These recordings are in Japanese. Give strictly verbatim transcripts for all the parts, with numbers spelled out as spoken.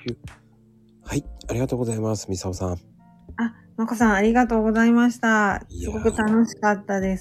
はい、ありがとうございます。みさおさん。 あ、まこさんありがとうございました。すごく楽しかったです。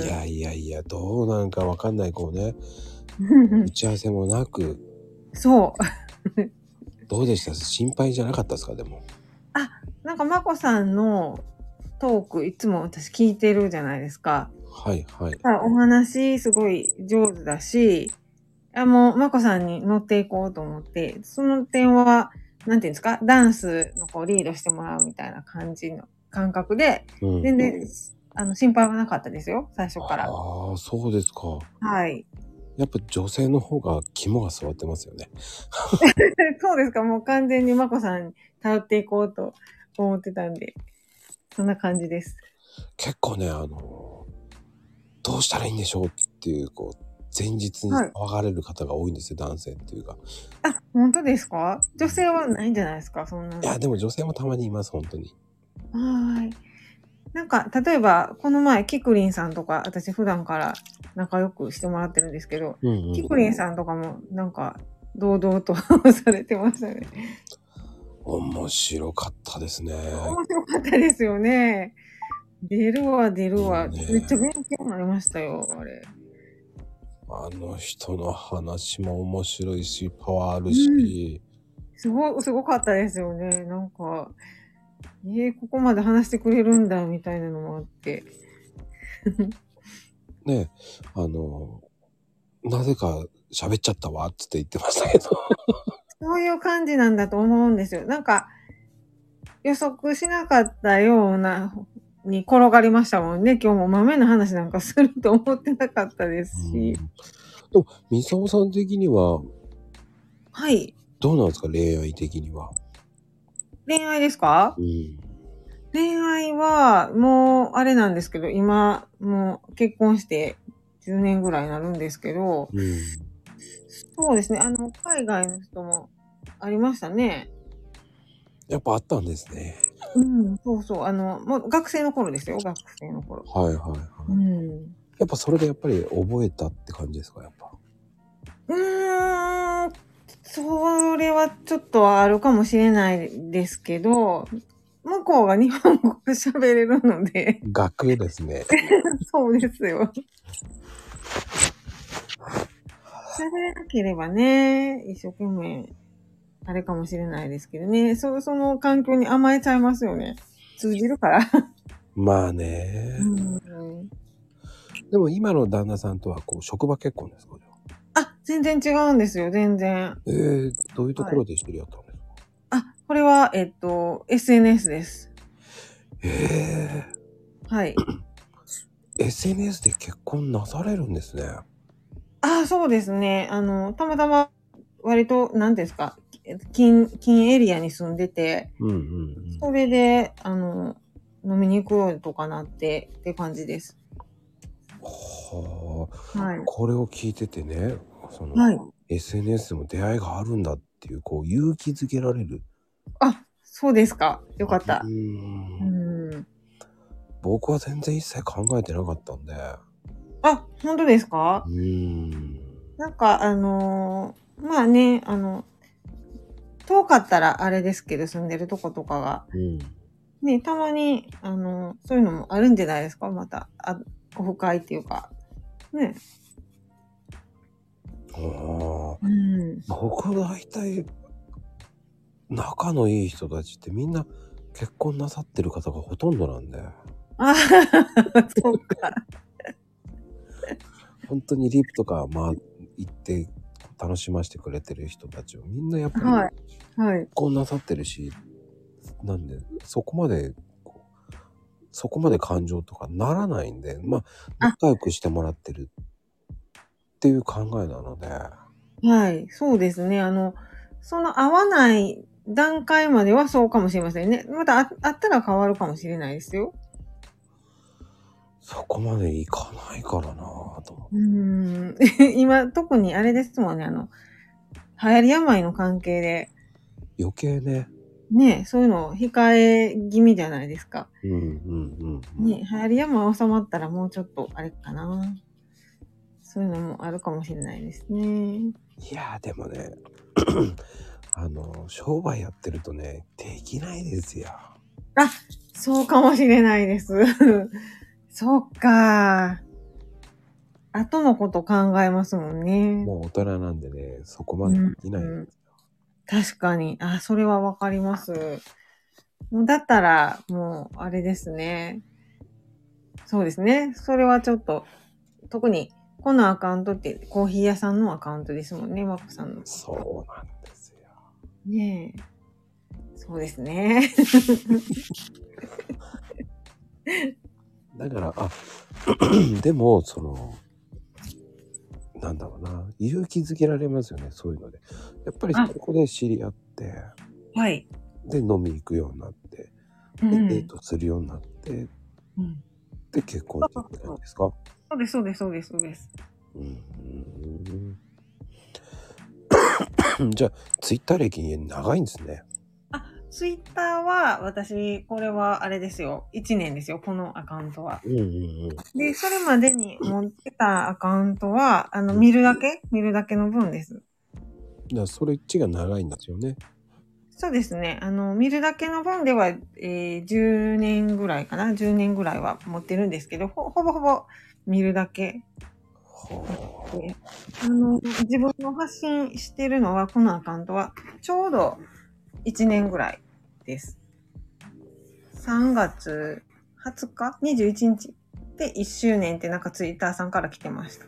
いやいやいや、どうなんかわかんないこうね、打ち合わせもなく。 そう。 どうでした？心配じゃなかったですか？でも。 あ、なんかまこさんのトークいつも私聞いてるじゃないですか。 はいはい。 お話すごい上手だし、あもうまこさんに乗っていこうと思って、その点はなんていうんですか、ダンスのこうリードしてもらうみたいな感じの感覚で、うん、全然あの心配はなかったですよ、最初から。 ああ、そうですか。 はい。 やっぱ女性の方が肝が据わってますよね。 そうですか、もう完全にまこさんに頼っていこうと思ってたんで、そんな感じです。 結構ね、あの、どうしたらいいんでしょうっていう、こう、前日に騒がれる方が多いんですよ、はい、男性っていうか。 あ、本当ですか？女性はないんじゃないですか、そんなの。 いや、でも女性もたまにいます、本当に。 はい。なんか、例えば、この前、キクリンさんとか、私普段から仲良くしてもらってるんですけど、うんうん、キクリンさんとかも、なんか、堂々とされてましたね。 面白かったですね。 面白かったですよね。出るわ、出るわ。ね、めっちゃ勉強になりましたよ、あれ。 あの人の話も面白いし、パワーあるし。 うん、すごい、すごかったですよね。なんか、えー、ここまで話してくれるんだ、みたいなのもあって。 ね、あの、なぜか喋っちゃったわって言ってましたけど。 そういう感じなんだと思うんですよ。なんか、予測しなかったような、に転がりましたもんね。今日も豆の話なんかすると思ってなかったですし。 でも、みさおさん的には、 はい。 どうなんですか、恋愛的には。 恋愛ですか？ うん。 恋愛は、もう、あれなんですけど、今、もう結婚してじゅうねんぐらいになるんですけど、うん、そうですね。あの、海外の人もありましたね。 やっぱあったんですね。 うん、そうそう。あの、もう学生の頃ですよ、学生の頃。 はいはいはい。うん。やっぱそれでやっぱり覚えたって感じですか、やっぱ。 うーん、それはちょっとあるかもしれないですけど、向こうが日本語が喋れるので。 学ですね。 そうですよ。喋れなければね、一生懸命、あれかもしれないですけどね。そ、その環境に甘えちゃいますよね。通じるから。 まあね。うん。でも今の旦那さんとはこう職場結婚ですか？ あ、全然違うんですよ、全然。 えー、どういうところで知り合ったんですか？ はい、あ、これは、えっと、エスエヌエス です。 えー。はい。 エスエヌエス で結婚なされるんですね。 ああ、そうですね。あの、たまたま、割と、何ですか、近、近エリアに住んでて、うんうんうん、それで、あの、飲みに行くようとかなって、って感じです。 はあ、はい。これを聞いててね、その、 はい、 エスエヌエス でも出会いがあるんだっていう、こう、勇気づけられる。 あ、そうですか。よかった。 うん。うん。僕は全然一切考えてなかったんで。 あ、本当ですか？ うん。 なんか、あのー、まあね、あの、遠かったらあれですけど、住んでるとことかが。うん、ね、たまに、あの、そういうのもあるんじゃないですか？また、あ、オフ会っていうか。ね。 ああ、うん、僕大体仲のいい人たちってみんな結婚なさってる方がほとんどなんで。 ああ、そうか。 本当にリプとかまあ行って楽しませてくれてる人たちをみんなやっぱり、はいはい、結婚なさってるし、なんでそこまでそこまで感情とかならないんで、まあ仲良くしてもらってるっていう考えなので。 はい、そうですね。あの、その合わない段階まではそうかもしれませんね。またあったら変わるかもしれないですよ。 そこまでいかないからなぁと思って。 うーん今特にあれですもんね、あの流行り病の関係で余計ね。 ね、そういうの控え気味じゃないですか。 うんうんうん、 うん。ね、流行り病収まったらもうちょっとあれかな。そういうのもあるかもしれないですね。 いやでもねあの、商売やってるとね、できないですよ。 あ、そうかもしれないです。そっか。後のこと考えますもんね。 もう大人なんでね、そこまでできないんですよ。うんうん、 確かに。あ、それはわかります。もうだったら、もう、あれですね。そうですね。それはちょっと、特に、このアカウントってコーヒー屋さんのアカウントですもんね、マコさんの。 そうなんですよ。 ねえ。そうですね。 だから、あ、でも、その、なんだろうな、勇気づけられますよね、そういうので。やっぱりそこで知り合って、 はい。 で、飲み行くようになって、で、うん、デートするようになって、うん、で、結婚してって感じですか？ そうです、そうです、そうです、そうです。 うん。じゃあ、ツイッター歴長いんですね。 あ、ツイッターは、私、これはあれですよ。いちねんですよ、このアカウントは。うんうんうん、で、それまでに持ってたアカウントは、あの、見るだけ、見るだけの分です。 だからそれっちが長いんですよね。 そうですね。あの、見るだけの分では、えー、じゅうねんぐらいかな。じゅうねんぐらいは持ってるんですけど、ほほぼほぼ見るだけ。はあ、あの、自分の発信してるのは、このアカウントは、ちょうどいちねんぐらいです。さんがつはつか ?にじゅういちにちでいっしゅうねんってなんかツイッターさんから来てました。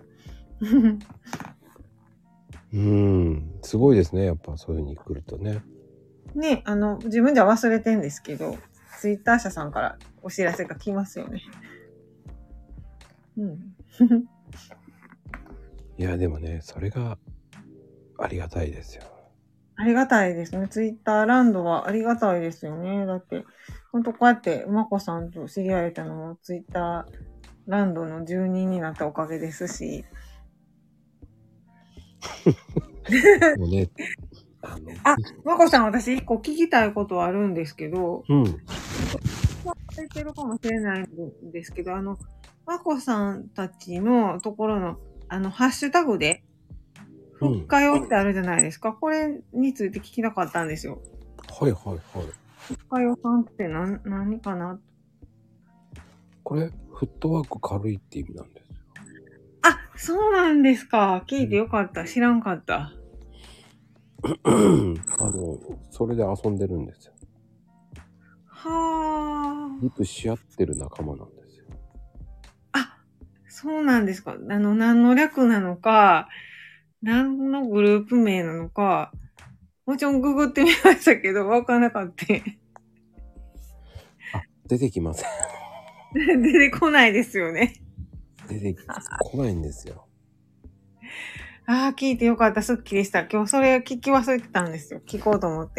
うーん、すごいですね。やっぱそういう風に来るとね。 ね、あの、自分じゃ忘れてんですけど、ツイッター社さんからお知らせが来ますよね。うん。 いや、でもね、それがありがたいですよ。 ありがたいですね。ツイッターランドはありがたいですよね。だって、ほんとこうやってまこさんと知り合えたのもツイッターランドの住人になったおかげですし。もうね、あの、あ、まこさん、私一個聞きたいことはあるんですけど、うん。忘れてるかもしれないんですけど、あの、まこさんたちのところの、あの、ハッシュタグで、ふっかよってあるじゃないですか。うん、これについて聞きたかったんですよ。 はいはいはい。 ふっかよさんって何、何かな？ これ、フットワーク軽いって意味なんですよ。 あ、そうなんですか。聞いてよかった。知らんかった。 あの、それで遊んでるんですよ。 はあ。 リプし合ってる仲間なんですよ。 あ、そうなんですか。あの、何の略なのか、何のグループ名なのか、もちろんググってみましたけど、わからなかった。 あ、出てきません。 出てこないですよね。 出てこないんですよ。 ああ、聞いてよかった。すっきりした。今日それ聞き忘れてたんですよ。聞こうと思って。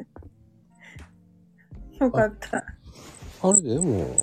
よかった。 あれでも、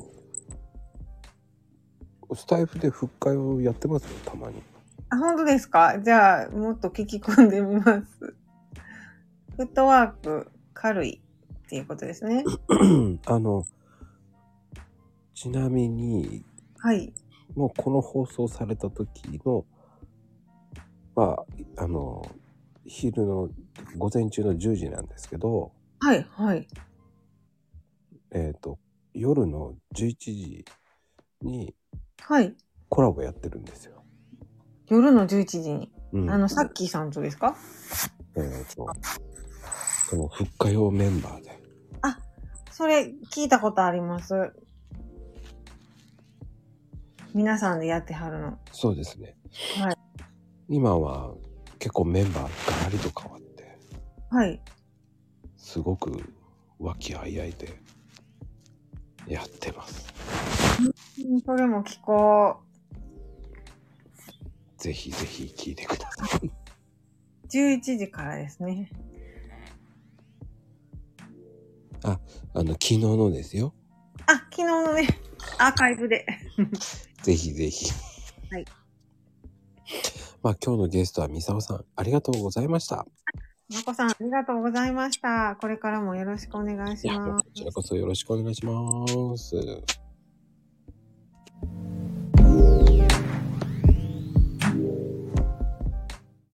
スタイフで復活をやってますよ、たまに。 あ、本当ですか？じゃあ、もっと聞き込んでみます。フットワーク軽いっていうことですね。 あの、ちなみに、 はい。 もうこの放送された時の、まあ、あの、昼の、午前中のじゅうじなんですけど、 はい、はい。 えっと、夜のじゅういちじに、 はい。 コラボやってるんですよ。 夜のじゅういちじに。 うん、 あの、さっきーさんとですか？ えっと、その、復活用メンバーで。 あ、それ聞いたことあります。皆さんでやってはるの。 そうですね。 はい。 今は結構メンバーガラリと変わって。 はい。 すごく和気あいあいでやってます。 うん、それも聞こう。 ぜひぜひ聞いてください。 じゅういちじからですね。 あ、あの、昨日のですよ。 あ、昨日のね、アーカイブで。 ぜひぜひ。 はい。 まあ今日のゲストはみさおさん、ありがとうございました。 まこさん、ありがとうございました。これからもよろしくお願いします。 いや、こちらこそよろしくお願いします。